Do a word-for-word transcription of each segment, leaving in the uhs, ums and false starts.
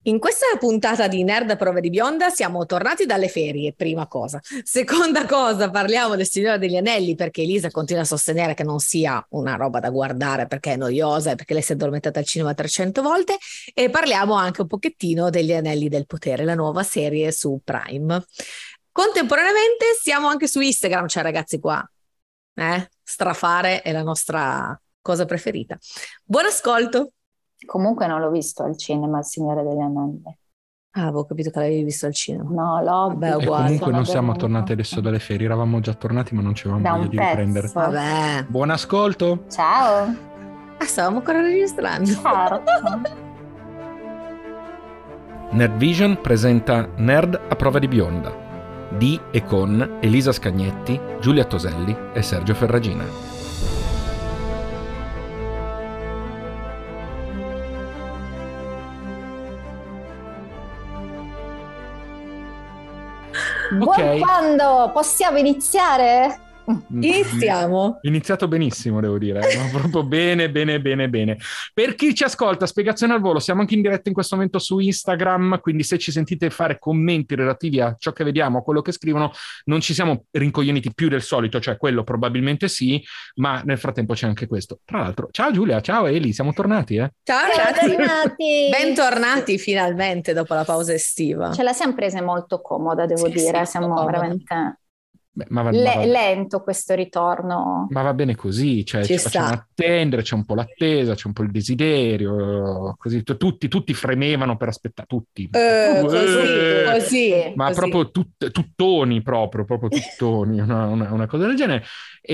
In questa puntata di Nerd a prova di bionda siamo tornati dalle ferie, prima cosa. Seconda cosa, parliamo del Signore degli Anelli perché Elisa continua a sostenere che non sia una roba da guardare perché è noiosa e perché lei si è addormentata al cinema trecento volte, e parliamo anche un pochettino degli Anelli del Potere, la nuova serie su Prime. Contemporaneamente siamo anche su Instagram, cioè ragazzi qua, eh? Strafare è la nostra cosa preferita. Buon ascolto! Comunque non l'ho visto al cinema, Il Signore degli Anelli. Ah, avevo capito che l'avevi visto al cinema. No, l'ho Vabbè, visto. E uguale. comunque non siamo dormita. tornati adesso dalle ferie, eravamo già tornati ma non ci avevamo Da voglia un di riprendere. pezzo. Vabbè. Buon ascolto! Ciao! Ah, stavamo ancora registrando. Certo. Nerdvision presenta Nerd a prova di bionda, di e con Elisa Scagnetti, Giulia Toselli e Sergio Ferragina. Buon Ok. quando? Possiamo iniziare? Iniziamo. Iniziato benissimo, devo dire, ma proprio bene, bene, bene, bene. Per chi ci ascolta, spiegazione al volo, siamo anche in diretta in questo momento su Instagram, quindi se ci sentite fare commenti relativi a ciò che vediamo, a quello che scrivono, non ci siamo rincoglioniti più del solito, cioè quello probabilmente sì, ma nel frattempo c'è anche questo. Tra l'altro, ciao Giulia, ciao Eli, siamo tornati, eh? Ciao Siamo ragazzi. tornati. Bentornati finalmente dopo la pausa estiva. Ce la siamo presa molto comoda, devo Sì, dire. sì, Siamo comoda. veramente Beh, ma, va, le- ma, va, lento questo ritorno. ma va bene così, cioè Ci ci facciamo sta. attendere, c'è un po' l'attesa, c'è un po' il desiderio, così tu- tutti, tutti fremevano per aspettare, tutti. Eh, Uh, così, eh, così, ma così. proprio tut- tuttoni, proprio, proprio tuttoni, una, una- una cosa del genere.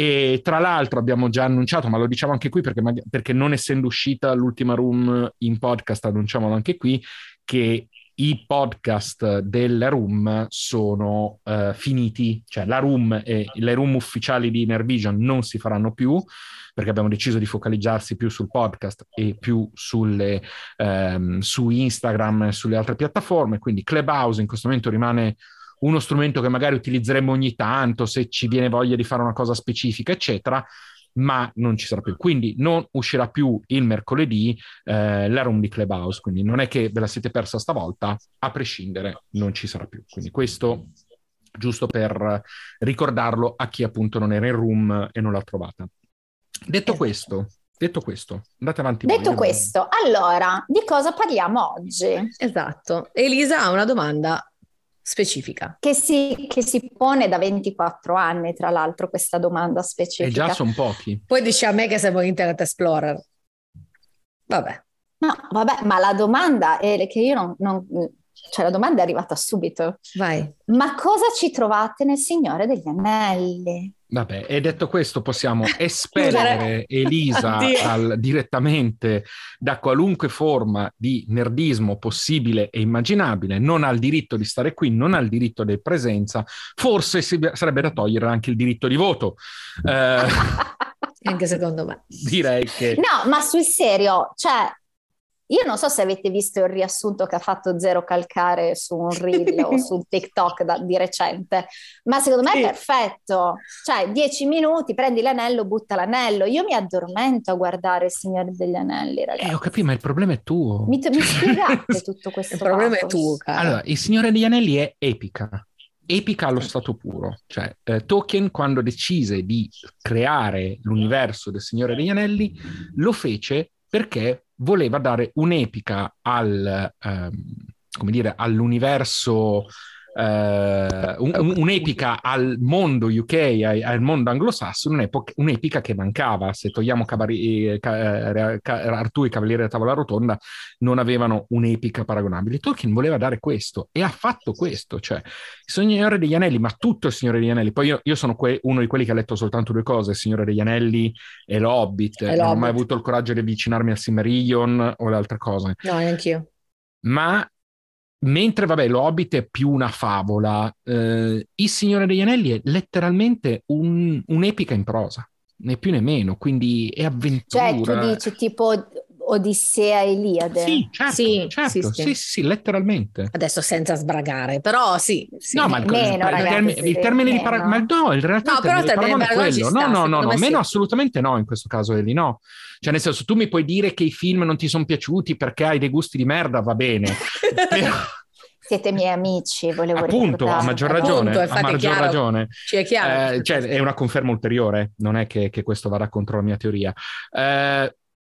E tra l'altro abbiamo già annunciato, ma lo diciamo anche qui perché, mag- perché non essendo uscita l'ultima room in podcast, annunciamolo anche qui, che i podcast della room sono uh, finiti, cioè la room e le room ufficiali di Nervision non si faranno più perché abbiamo deciso di focalizzarsi più sul podcast e più sulle, um, su Instagram e sulle altre piattaforme, quindi Clubhouse in questo momento rimane uno strumento che magari utilizzeremo ogni tanto se ci viene voglia di fare una cosa specifica, eccetera, ma non ci sarà più. Quindi non uscirà più il mercoledì eh, la room di Clubhouse, quindi non è che ve la siete persa stavolta, a prescindere non ci sarà più. Quindi questo giusto per ricordarlo a chi appunto non era in room e non l'ha trovata. Detto Esatto. questo, detto questo, andate avanti. Detto voi, questo, allora, di cosa parliamo oggi? Esatto. Elisa ha una domanda specifica. Che si, che si pone da ventiquattro anni, tra l'altro, questa domanda E specifica. già sono pochi. Poi dici a me che siamo Internet Explorer. Vabbè. No, vabbè, ma la domanda è che io non, non- cioè la domanda è arrivata subito. Vai. Ma cosa ci trovate nel Signore degli Anelli? Vabbè, e detto questo possiamo espellere Elisa Addio. al- direttamente da qualunque forma di nerdismo possibile e immaginabile, non ha il diritto di stare qui, non ha il diritto di presenza, forse si- sarebbe da togliere anche il diritto di voto. Eh, Anche secondo me. direi che... No, ma sul serio, cioè, io non so se avete visto il riassunto che ha fatto Zero Calcare su un reel o su TikTok da- di recente, ma secondo me Sì. è perfetto. Cioè, dieci minuti, prendi l'anello, butta l'anello. Io mi addormento a guardare Il Signore degli Anelli, ragazzi. Eh, ho capito, ma il problema è tuo. Mi, mi spiegate tutto questo Il problema è pathos? tuo, cara. Allora, Il Signore degli Anelli è epica. Epica allo stato puro, cioè eh, Tolkien quando decise di creare l'universo del Signore degli Anelli lo fece perché voleva dare un'epica al, ehm, come dire, all'universo, eh, un- un- un'epica al mondo U K, ai- al mondo anglosassone, un'epoca- un'epica che mancava. Se togliamo Cavari- eh, Ca- eh, Ca- Artù e Cavaliere della Tavola Rotonda, non avevano un'epica paragonabile. Tolkien voleva dare questo e ha fatto questo, cioè il Signore degli Anelli, ma tutto il Signore degli Anelli. Poi io, io sono que- uno di quelli che ha letto soltanto due cose, il Signore degli Anelli e l'Hobbit. E Non ho l'Hobbit. mai avuto il coraggio di avvicinarmi al Silmarillion o le altre cose. No, neanch'io. Ma mentre, vabbè, l'Hobbit è più una favola, eh, il Signore degli Anelli è letteralmente un- un'epica in prosa, né più né meno, quindi è Cioè, tu avventura. dici tipo Odissea e Iliade? Sì, certo, Sì, certo, sì, sì, sì. sì, sì, letteralmente. Adesso senza sbragare, però sì, sì. No, ma il, Meno, il, il ragazzi, termine, il termine di paragone, ma meno. no, in realtà No, il però termine il di termine paragone è paragone ci quello. No, sta, no, no, secondo no, me meno sì. assolutamente no in questo caso, Eli, no. Cioè, nel senso, tu mi puoi dire che i film non ti sono piaciuti perché hai dei gusti di merda, va bene. Però, Siete miei amici, volevo appunto, a maggior ricordarvelo. ragione, Appunto, a infatti è maggior chiaro, ragione. ci è chiaro. Eh, cioè, è una conferma ulteriore, non è che, che questo vada contro la mia teoria. Eh,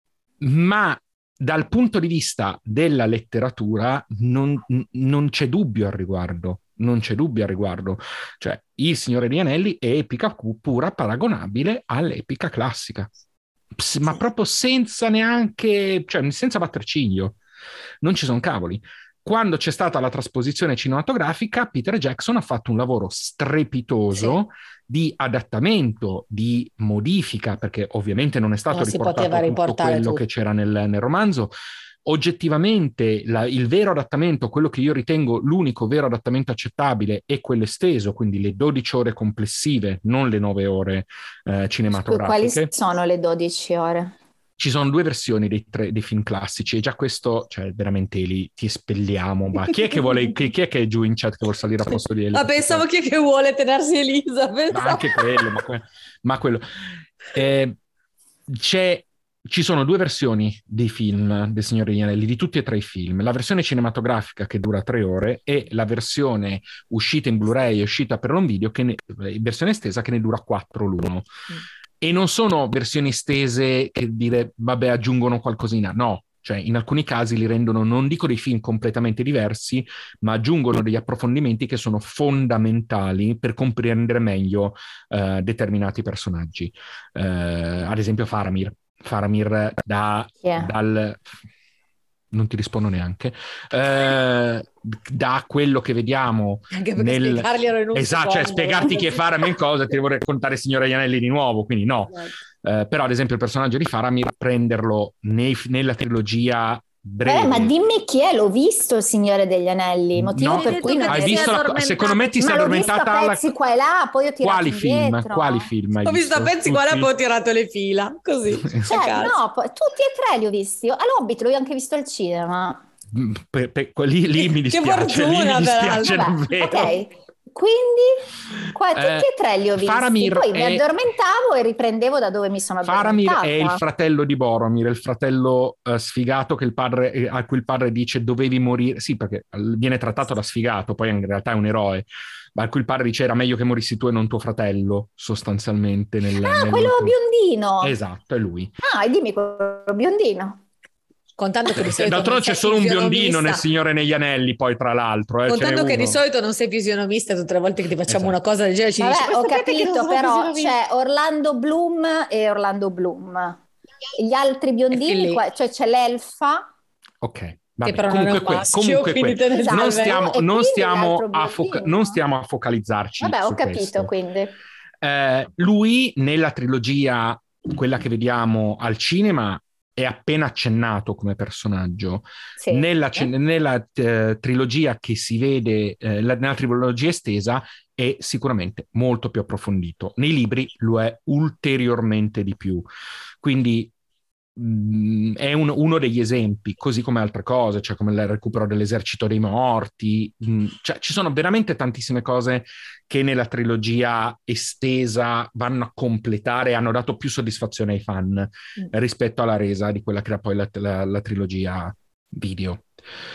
ma dal punto di vista della letteratura non, non c'è dubbio al riguardo. Non c'è dubbio al riguardo. Cioè, Il Signore degli Anelli è epica pura paragonabile all'epica classica. Ps- ma Sì. proprio senza neanche, cioè senza batter ciglio. Non ci sono cavoli. Quando c'è stata la trasposizione cinematografica, Peter Jackson ha fatto un lavoro strepitoso di adattamento, di modifica, perché ovviamente non è stato Non si riportato poteva tutto riportare quello tutto. che c'era nel, nel romanzo. Oggettivamente la, il vero adattamento, quello che io ritengo l'unico vero adattamento accettabile, è quello esteso, quindi le dodici ore complessive, non le nove ore eh, cinematografiche. Quali sono le dodici ore? Ci sono due versioni dei, tre, dei film classici e già questo, cioè veramente Eli, ti espelliamo. Ma chi è che vuole, chi, chi è che è giù in chat che vuole salire a posto di Eli? Ma pensavo chi è che vuole tenersi Elisa. Ma Pensavo. anche quello, ma, que- ma quello. Eh, c'è, ci sono due versioni dei film del Signore degli Anelli, di tutti e tre i film. La versione cinematografica che dura tre ore e la versione uscita in Blu-ray e uscita per un video, che ne, versione estesa che ne dura quattro l'uno. Mm. E non sono versioni estese che dire, vabbè, aggiungono qualcosina. No, cioè in alcuni casi li rendono, non dico dei film completamente diversi, ma aggiungono degli approfondimenti che sono fondamentali per comprendere meglio eh, determinati personaggi. Eh, ad esempio Faramir. Faramir da, Yeah. dal... non ti rispondo neanche, eh, da quello che vediamo anche perché nel... spiegarglielo in un esatto, secondo, cioè spiegarti chi è Faramir in cosa, ti devo raccontare Signore degli Anelli di nuovo, quindi no. Eh, però ad esempio il personaggio di Faramir, prenderlo nei, nella trilogia breve. Eh, ma dimmi chi è, l'ho visto il Signore degli Anelli, motivo No, per cui non hai è visto la... secondo me ti sei ma l'ho visto addormentata a pezzi alla... qua e là, poi ho tirato quali indietro. film? Quali film hai ho visto a pezzi qua e poi ho tirato le fila, così. Cioè, no, poi, tutti e tre li ho visti. All'Hobbit l'ho anche visto al cinema. Per, per, lì, lì mi dispiace, che fortuna, lì mi dispiace Vabbè, davvero. ok, quindi qua, tutti eh, e tre li ho visti. Faramir poi mi è... addormentavo e riprendevo da dove mi sono addormentata. Faramir è il fratello di Boromir, il fratello uh, sfigato che il padre, a cui il padre dice dovevi morire. Sì, perché viene trattato da sfigato, poi in realtà è un eroe. Ma a cui il padre dice era meglio che morissi tu e non tuo fratello, sostanzialmente. Nel, ah, nel... quello biondino. Esatto, è lui. Ah, e dimmi quello biondino. Contando che di solito d'altronde c'è solo un biondino nel Signore negli Anelli, poi tra l'altro. Eh, Contando che uno. di solito non sei fisionomista, tutte le volte che ti facciamo esatto. una cosa del genere ci Vabbè, dici ho capito, però c'è Orlando Bloom e Orlando Bloom. Gli altri biondini, qua, cioè c'è l'elfa. Ok. Vabbè, che però comunque, non è un maschio, comunque quindi te ne esatto. non stiamo, non stiamo, a foca- non stiamo a focalizzarci. Vabbè, ho su capito, questo. quindi. Eh, lui, nella trilogia, quella che vediamo al cinema, è appena accennato come personaggio. Sì. Nella, nella eh, trilogia che si vede, eh, la, nella trilogia estesa, è sicuramente molto più approfondito. Nei libri lo è ulteriormente di più. Quindi mh, è un, uno degli esempi, così come altre cose, cioè come il recupero dell'esercito dei morti. Mh, cioè, ci sono veramente tantissime cose che nella trilogia estesa vanno a completare e hanno dato più soddisfazione ai fan mm. rispetto alla resa di quella che era poi la, la, la trilogia video.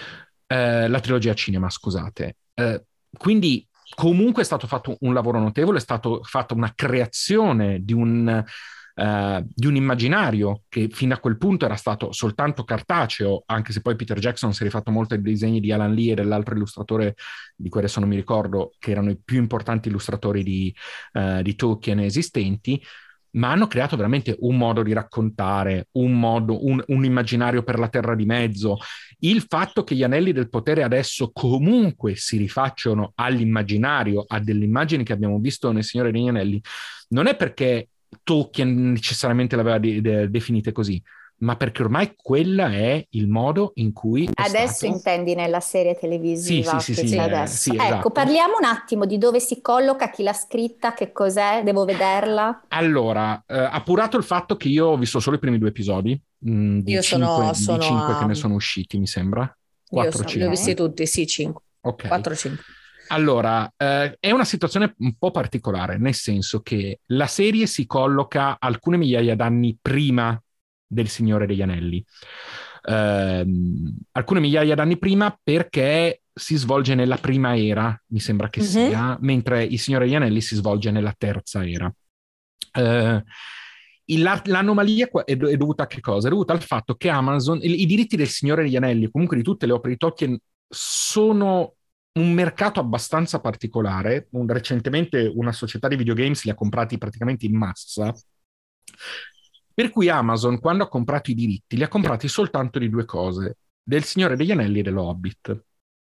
Eh, la trilogia cinema, scusate. Eh, quindi comunque è stato fatto un lavoro notevole, è stato fatta una creazione di un... Uh, di un immaginario che fino a quel punto era stato soltanto cartaceo, anche se poi Peter Jackson si è rifatto molto ai disegni di Alan Lee e dell'altro illustratore di cui adesso non mi ricordo, che erano i più importanti illustratori di, uh, di Tolkien esistenti, ma hanno creato veramente un modo di raccontare, un modo, un, un immaginario per la Terra di Mezzo. Il fatto che gli Anelli del Potere adesso comunque si rifacciano all'immaginario, a delle immagini che abbiamo visto nel Signore degli Anelli, non è perché Tolkien necessariamente l'aveva de- de- definite così, ma perché ormai quella è il modo in cui è Adesso stato... intendi nella serie televisiva sì, sì, che sì, c'è sì, adesso. sì, Ecco, esatto. parliamo un attimo di dove si colloca, chi l'ha scritta, che cos'è, devo vederla. Allora, eh, appurato il fatto che io ho visto solo i primi due episodi, mh, di Io sono, cinque, di sono cinque che a... ne sono usciti, mi sembra. Io quattro so, li ho visti cinque. tutti, sì, cinque. Ok. quattro cinque. Allora, eh, è una situazione un po' particolare, nel senso che la serie si colloca alcune migliaia d'anni prima del Signore degli Anelli. Ehm, alcune migliaia d'anni prima perché si svolge nella prima era, mi sembra che Mhm. sia, mentre il Signore degli Anelli si svolge nella terza era. Eh, il- la- l'anomalia qua è, do- è dovuta a che cosa? È dovuta al fatto che Amazon, i, i diritti del Signore degli Anelli, comunque di tutte le opere di Tolkien, sono un mercato abbastanza particolare. Un- recentemente una società di videogames li ha comprati praticamente in massa, per cui Amazon, quando ha comprato i diritti, li ha comprati soltanto di due cose: del Signore degli Anelli e dello Hobbit.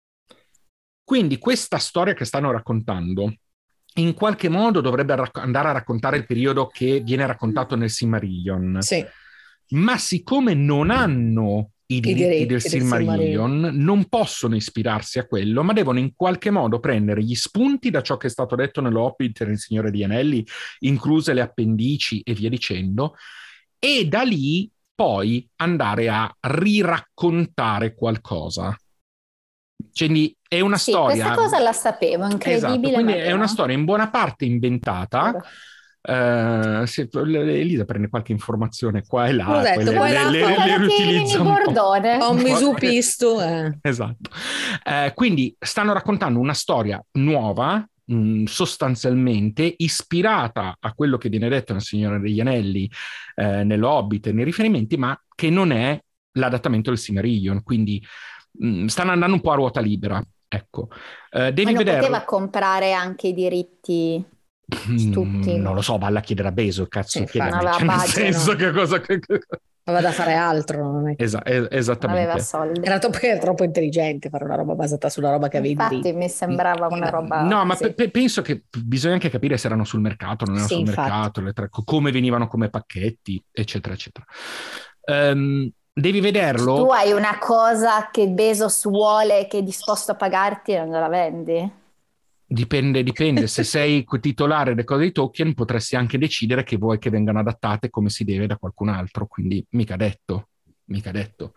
Quindi questa storia che stanno raccontando in qualche modo dovrebbe racc- andare a raccontare il periodo che viene raccontato nel Silmarillion, Sì, ma siccome non hanno i i diritti del diritti del Silmarillion. Silmarillion, non possono ispirarsi a quello, ma devono in qualche modo prendere gli spunti da ciò che è stato detto nello Hobbit e nel Signore degli Anelli, incluse le appendici e via dicendo, e da lì poi andare a riraccontare qualcosa. Quindi è una Sì, questa storia... cosa la sapevo, Esatto, incredibile, quindi ma è una storia in buona parte inventata. Eh, se- Elisa prende qualche informazione qua e L'ho là, poi detto, le, qua e le, là, le, fa- le riutilizza un po'. Bordone. Ho un un po'. misupisto. Eh. Esatto. Eh, quindi stanno raccontando una storia nuova, mh, sostanzialmente ispirata a quello che viene detto nel Signore degli Anelli, eh, nello Hobbit e nei riferimenti, ma che non è l'adattamento del Silmarillion. Quindi mh, stanno andando un po' a ruota libera. Ecco, eh, devi Ma non vedere. poteva comprare anche i diritti tutti? Non lo so, valla a chiedere a Bezos, cazzo, Sì, chiede a infatti. me. Non aveva Cioè, nel budget, senso no. che cosa... che- Aveva da fare altro, non è che- Esa- es- non aveva esattamente. soldi. Era troppo, era troppo intelligente fare una roba basata sulla roba che avevi Infatti diritti. mi sembrava una roba No, ma così. pe- pe- penso che bisogna anche capire se erano sul mercato, non erano Sì, sul infatti. mercato, le tre- come venivano come pacchetti, eccetera, eccetera. Ehm, devi vederlo. Tu hai una cosa che Bezos vuole, che è disposto a pagarti e non gliela vendi? Dipende, dipende. Se sei titolare delle cose di Tolkien, potresti anche decidere che vuoi che vengano adattate come si deve da qualcun altro. Quindi, mica detto, mica detto.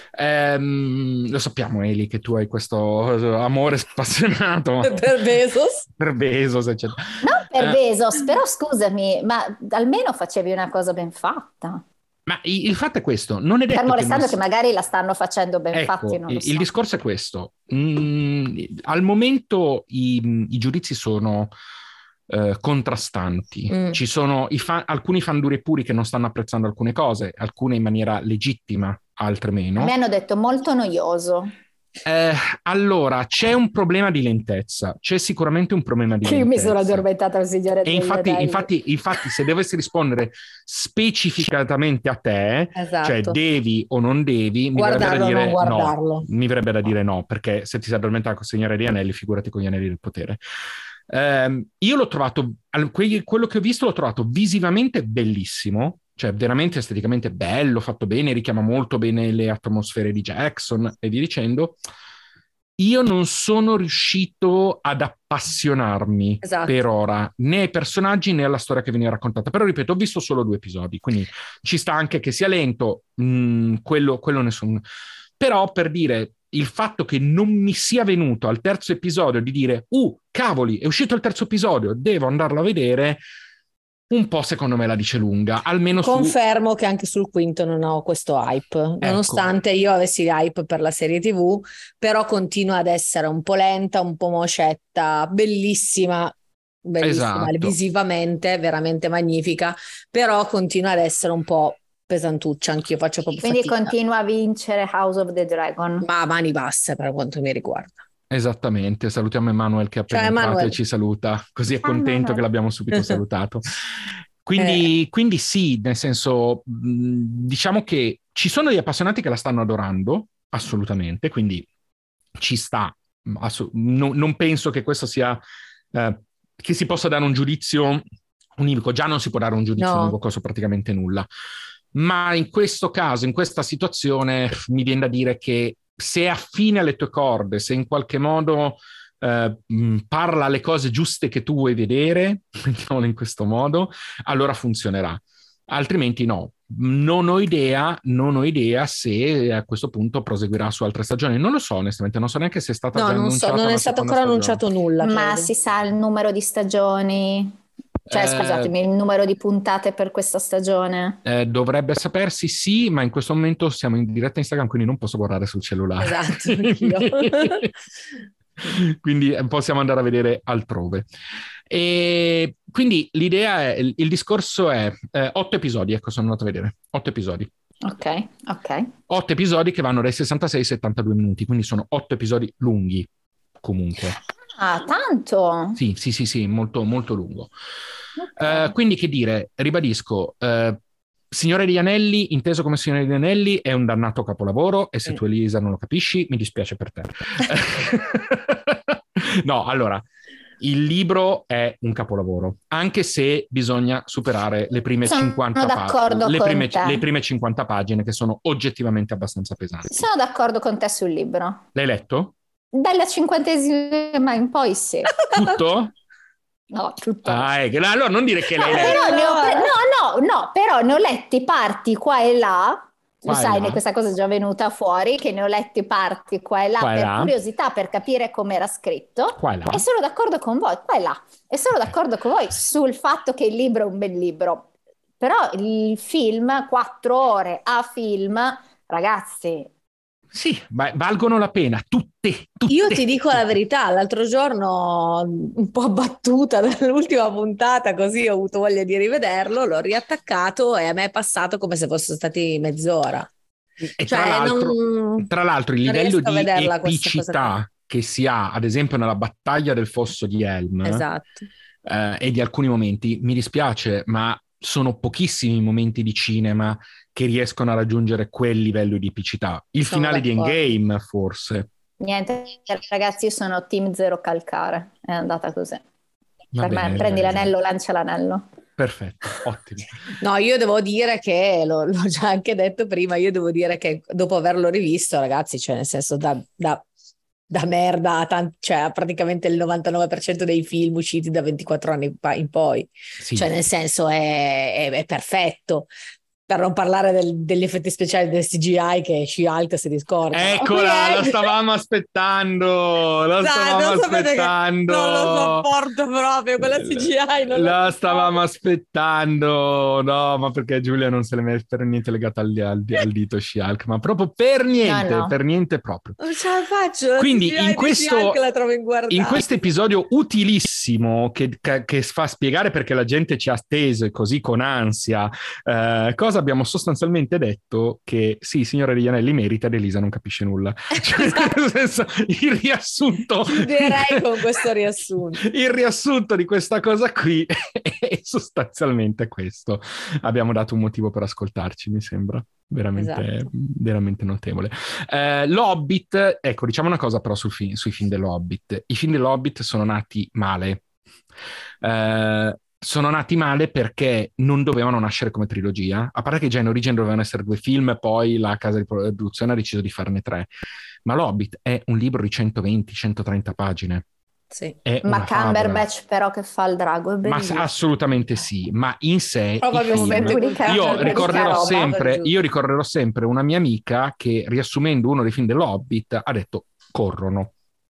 Ehm, lo sappiamo, Eli, che tu hai questo amore spassionato Per Bezos? per Bezos, eccetera. Non per Eh, Bezos, però scusami, ma almeno facevi una cosa ben fatta. ma il, il fatto è questo: non è detto Fermo che non restando si- che magari la stanno facendo ben Ecco, fatti, non lo il, so. il discorso è questo. Mm, al momento i, i giudizi sono eh, contrastanti. Mm. Ci sono i fa- alcuni fan duri e puri che non stanno apprezzando alcune cose, alcune in maniera legittima, altre meno. Mi hanno detto molto noioso. Eh, allora, c'è un problema di lentezza, c'è sicuramente un problema di Che io mi lentezza. sono addormentata al Signore E degli infatti, Anelli. infatti, infatti, se dovessi rispondere specificatamente a te, Esatto. cioè devi o non devi, mi verrebbe da Guardarlo o non dire guardarlo. no. Mi verrebbe da dire no, perché se ti sei addormentato con il Signore degli Anelli, figurati con gli Anelli del Potere. Ehm, io l'ho trovato, al- que- quello che ho visto l'ho trovato visivamente bellissimo, cioè veramente esteticamente bello, fatto bene, richiama molto bene le atmosfere di Jackson e via dicendo. Io non sono riuscito ad appassionarmi Esatto. per ora né ai personaggi né alla storia che veniva raccontata, però ripeto, ho visto solo due episodi, quindi ci sta anche che sia lento, mh, quello, quello nessuno. Però per dire, il fatto che non mi sia venuto al terzo episodio di dire uh, cavoli, è uscito il terzo episodio, devo andarlo a vedere, un po' secondo me la dice lunga, almeno su... Confermo che anche sul quinto non ho questo hype, nonostante io avessi hype per la serie tivù, però continua ad essere un po' lenta, un po' moscetta, bellissima, bellissima, Esatto. visivamente, veramente magnifica, però continua ad essere un po' pesantuccia, anch'io faccio proprio Quindi fatica. continua a vincere House of the Dragon. Ma a mani basse per quanto mi riguarda. Esattamente, salutiamo Emanuel che è appena Ciao, entrato Emanuel. e ci saluta, così è Ciao, contento Emanuel. che l'abbiamo subito salutato. Quindi, Eh. quindi sì, nel senso, mh, diciamo che ci sono degli appassionati che la stanno adorando, assolutamente, quindi ci sta. Assu- no- non penso che questo sia, eh, che si possa dare un giudizio univoco, già non si può dare un giudizio No. univoco su praticamente nulla. ma in questo caso, in questa situazione, mi viene da dire che se è affine alle tue corde, se in qualche modo eh, parla le cose giuste che tu vuoi vedere, mettiamolo in questo modo, allora funzionerà. Altrimenti no. Non ho idea, non ho idea se a questo punto proseguirà su altre stagioni. Non lo so, onestamente, non so neanche se è stata No, già non annunciata so, non è una stato seconda ancora stagione. annunciato nulla. Ma credo. si sa il numero di stagioni? Cioè, Eh, scusatemi, il numero di puntate per questa stagione? Eh, dovrebbe sapersi, sì, ma in questo momento siamo in diretta Instagram, quindi non posso guardare sul cellulare. Esatto, anch'io. Quindi possiamo andare a vedere altrove. E quindi l'idea è, il, il discorso è eh, otto episodi, ecco, sono andato a vedere, otto episodi. Ok, ok. Otto episodi che vanno dai sessantasei ai settantadue minuti, quindi sono otto episodi lunghi, comunque. Ah, tanto? Sì, sì, sì, sì, molto, molto lungo. Okay. Uh, quindi che dire, ribadisco, uh, Signore degli Anelli, inteso come Signore degli Anelli, è un dannato capolavoro e se Mm. tu Elisa non lo capisci, mi dispiace per te. No, allora, il libro è un capolavoro, anche se bisogna superare le prime Sono cinquanta d'accordo pagine, le con prime, te. le prime cinquanta pagine che sono oggettivamente abbastanza pesanti. Sono d'accordo con te sul libro. L'hai letto? Dalla cinquantesima in poi sì. Tutto? No, tutto. Ah, ecco. Allora non dire che No, l'hai letto. però ne ho pre- no, no, no, però ne ho letti parti qua e là. Lo Qua e sai, là. questa cosa è già venuta fuori, che ne ho letti parti qua e là Qua e per là. curiosità, per capire come era scritto. Qua e là. E sono d'accordo con voi, qua e là. E sono Ok. d'accordo con voi sul fatto che il libro è un bel libro. Però il film, quattro ore a film, ragazzi, Sì, ma valgono la pena, tutte, tutte. Io ti dico la tutte. verità, l'altro giorno, un po' abbattuta dall'ultima puntata, così ho avuto voglia di rivederlo, l'ho riattaccato e a me è passato come se fosse stati mezz'ora. E Cioè, tra l'altro, non- tra l'altro il non livello riesco a di vederla questa cosa qua. epicità che si ha, ad esempio, nella battaglia del fosso di Helm, Esatto. eh, e di alcuni momenti, mi dispiace, ma sono pochissimi i momenti di cinema che riescono a raggiungere quel livello di epicità. Il Sono finale di d'accordo. Endgame, forse. niente, ragazzi, io sono team zero calcare, è andata così. Va Per me, bene, prendi bene. l'anello, lancia l'anello. Perfetto, ottimo. No, io devo dire che, lo- l'ho già anche detto prima, io devo dire che dopo averlo rivisto, ragazzi, cioè nel senso da, da, da merda, a tan- cioè a praticamente il novantanove per cento dei film usciti da ventiquattro anni pa- in poi, Sì. cioè nel senso è, è- è perfetto, per non parlare del- degli effetti speciali del C G I che She-Hulk si discorda. Eccola, la Ok? stavamo aspettando, la Dai, stavamo non sapete che aspettando. non lo sopporto proprio, quella C G I non La lo stavamo sopporto. aspettando, no, ma perché Giulia non se l'è mai per niente legata al, al, al dito She-Hulk, ma proprio per niente, No, no. per niente proprio. Non ce la faccio, la Quindi C G I in di questo, She-Hulk la trovo inguardabile. in questo episodio utilissimo che, che, che fa spiegare perché la gente ci ha atteso così con ansia, eh, cosa abbiamo sostanzialmente detto? Che sì, Signore degli Anelli merita ed Elisa non capisce nulla. Cioè, nel senso, il riassunto... Chiuderei con questo riassunto. Il riassunto di questa cosa qui è sostanzialmente questo. Abbiamo dato un motivo per ascoltarci, mi sembra. Veramente, Esatto. veramente notevole. Eh, L'Hobbit, ecco, diciamo una cosa però sul fi- sui film dell'Hobbit. I film dell'Hobbit sono nati male. Eh, sono nati male perché non dovevano nascere come trilogia, a parte che già in origine dovevano essere due film, poi la casa di produzione ha deciso di farne tre. Ma l'Hobbit è un libro di centoventi centotrenta pagine. Sì. È Ma una favola. Cumberbatch però che fa il drago è Ma bellissimo. assolutamente sì, ma in sé i Probabilmente film- L'unica- io l'unica ricorderò roba. sempre, io ricorderò sempre una mia amica che, riassumendo uno dei film dell'Hobbit, ha detto corrono.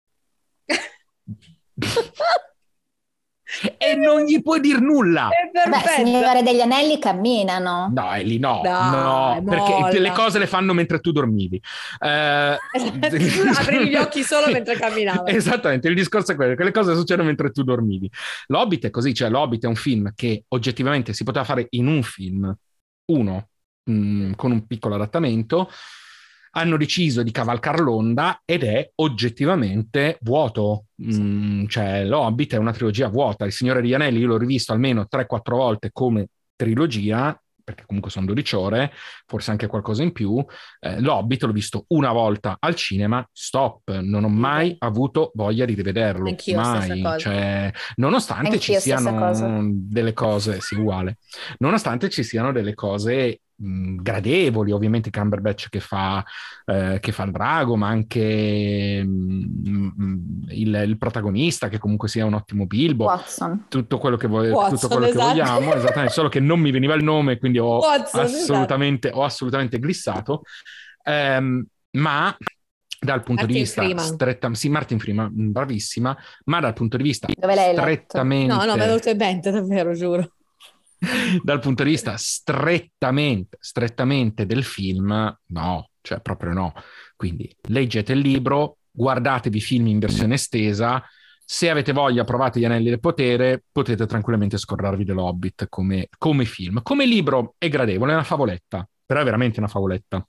E non gli puoi dir nulla. È Beh, perfetto. Signore degli Anelli camminano. No, è lì no, Dai, no, perché molla. le cose le fanno mentre tu dormivi. Eh, Tu aprivi gli occhi solo mentre camminavi. Esattamente, il discorso è quello, che le cose succedono mentre tu dormivi. L'Hobbit è così, cioè l'Hobbit è un film che oggettivamente si poteva fare in un film, uno, mh, con un piccolo adattamento. Hanno deciso di cavalcar l'onda ed è oggettivamente vuoto. Mm, cioè, l'Hobbit è una trilogia vuota. Il Signore degli Anelli io l'ho rivisto almeno tre quattro volte come trilogia, perché comunque sono dodici ore, forse anche qualcosa in più. Eh, L'Hobbit l'ho visto una volta al cinema, stop. Non ho mai Ok. avuto voglia di rivederlo. Anch'io, stessa mai. cosa. Cioè, nonostante Anch'io, ci stessa siano cosa. delle cose, sì, uguale. Nonostante ci siano delle cose mh, gradevoli, ovviamente Cumberbatch che fa, eh, che fa il drago, ma anche mh, il, il protagonista che comunque sia un ottimo Bilbo, Watson. tutto quello che, vo- Watson, tutto quello esatto. che vogliamo, esattamente, solo che non mi veniva il nome, quindi ho Watson, assolutamente, ho assolutamente glissato. Ehm, ma dal punto Martin di vista Freeman. stretta, sì, Martin Freeman, bravissima, ma dal punto di vista Dove l'hai letto? strettamente No, no, mi è venuto in mente, davvero, giuro. dal punto di vista strettamente, strettamente del film, no, cioè proprio no. Quindi leggete il libro, guardatevi film in versione estesa. Se avete voglia, provate Gli Anelli del Potere, potete tranquillamente scordarvi The Hobbit come, come film. Come libro è gradevole, è una favoletta, però è veramente una favoletta.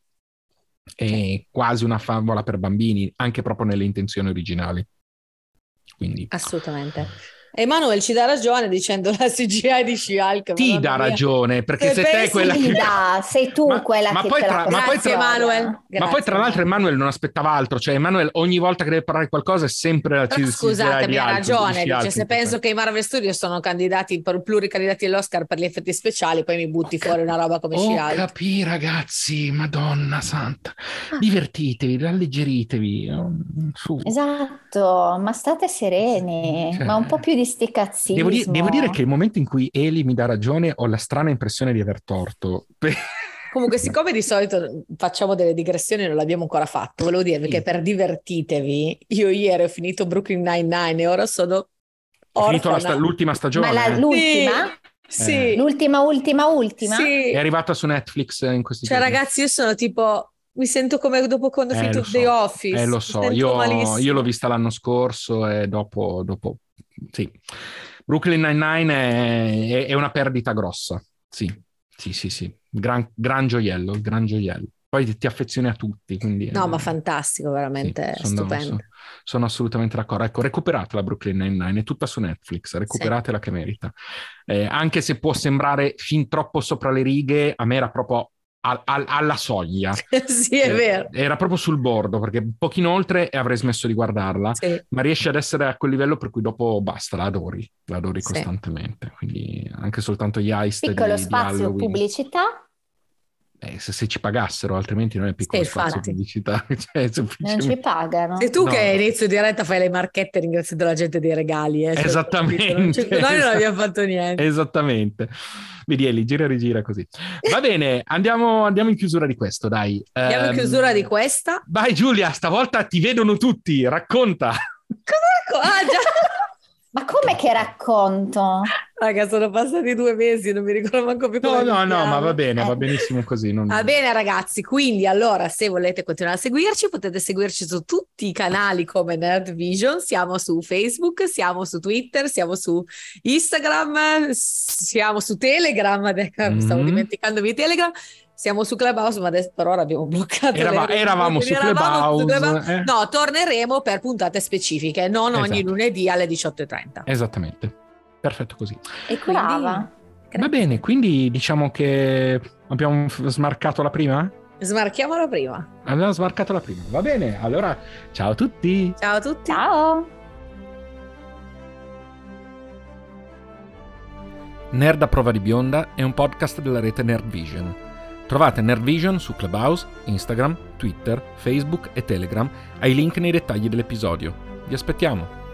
È quasi una favola per bambini, anche proprio nelle intenzioni originali. Quindi Assolutamente. Emanuele ci dà ragione dicendo la C G I di She-Hulk. ti Madonna dà mia. ragione, perché Se se te pensi- quella Sì, che... da, sei tu Ma- quella ma che poi te tra- la ma poi Grazie tra- Emanuele. Ma Grazie, poi tra l'altro Emanuele. Emanuele non aspettava altro, cioè Emanuele ogni volta che deve parlare di qualcosa è sempre la Però C G I scusatemi, di ha Hulk, ragione, di dice She-Hulk, se in penso questo. che i Marvel Studios sono candidati per pluricandidati all'Oscar per gli effetti speciali, poi mi butti fuori una roba come Oh, She-Hulk. capì ragazzi, Madonna santa, divertitevi, alleggeritevi, um, su. Esatto, ma state sereni, Cioè, ma un po' più di sti cazzismo. Devo, di- devo dire che il momento in cui Eli mi dà ragione ho la strana impressione di aver torto. Comunque, siccome di solito facciamo delle digressioni, non l'abbiamo ancora fatto, volevo dirvi Sì. che per divertitevi, io ieri ho finito Brooklyn Nine-Nine e ora sono Ho finito la sta- orfana. l'ultima stagione, Ma la- eh. l'ultima? Sì, Eh. L'ultima, ultima, ultima? sì. È arrivata su Netflix in questi Cioè, giorni. ragazzi, io sono tipo, mi sento come dopo quando ho Eh, finito lo so. The Office. Eh, lo Mi so, sento io, malissimo. io l'ho vista l'anno scorso e dopo, dopo sì. Brooklyn Nine-Nine è, è- è una perdita grossa, sì, sì, sì, sì, gran, gran gioiello, gran gioiello. Poi ti, ti affezioni a tutti, quindi... No, eh, ma fantastico, veramente sì, sono, stupendo. sono- sono assolutamente d'accordo. Ecco, recuperatela Brooklyn Nine-Nine, è tutta su Netflix, recuperatela che merita. Eh, anche se può sembrare fin troppo sopra le righe, a me era proprio al- al- alla soglia. Sì, è Eh, vero. Era proprio sul bordo, perché pochi inoltre e avrei smesso di guardarla, Sì. ma riesce ad essere a quel livello per cui dopo basta, la adori, la adori Sì. costantemente. Quindi anche soltanto gli heist Piccolo di, di spazio Halloween. pubblicità, Eh, se, se ci pagassero, altrimenti non è piccolo Sì, spazio infatti. pubblicità. Cioè, non semplicemente... ci pagano. Sei tu No. che a inizio diretta fai le marchette ringraziando la gente dei regali. Eh? Cioè, Esattamente. non c'è- noi non abbiamo fatto niente. Esattamente. Vedi Eli, gira e rigira così. Va bene, andiamo, andiamo in chiusura di questo, dai. Andiamo in Ehm, chiusura di questa. Vai Giulia, stavolta ti vedono tutti, racconta. Cosa racco- Ah, già. Ma come che racconto? Raga, sono passati due mesi, non mi ricordo manco più come No, no, mi no, chiamo. ma va bene, Eh. va benissimo così. non- Va bene ragazzi, quindi allora se volete continuare a seguirci potete seguirci su tutti i canali come Nerd Vision, siamo su Facebook, siamo su Twitter, siamo su Instagram, siamo su Telegram, adesso stavo Mhm. dimenticandomi di Telegram, siamo su Clubhouse ma adesso per ora abbiamo bloccato. Erava- le- eravamo su eravamo su Clubhouse, eh. No, torneremo per puntate specifiche, non ogni Esatto. lunedì alle diciotto e trenta. Esattamente, perfetto così. E quindi... Brava. Va bene, quindi diciamo che abbiamo f- smarcato la prima? Smarchiamola prima. Abbiamo smarcato la prima, va bene. Allora, ciao a tutti. Ciao a tutti. Ciao. Nerd a prova di bionda è un podcast della rete Nerd Vision. Trovate Nerd Vision su Clubhouse, Instagram, Twitter, Facebook e Telegram ai link nei dettagli dell'episodio. Vi aspettiamo!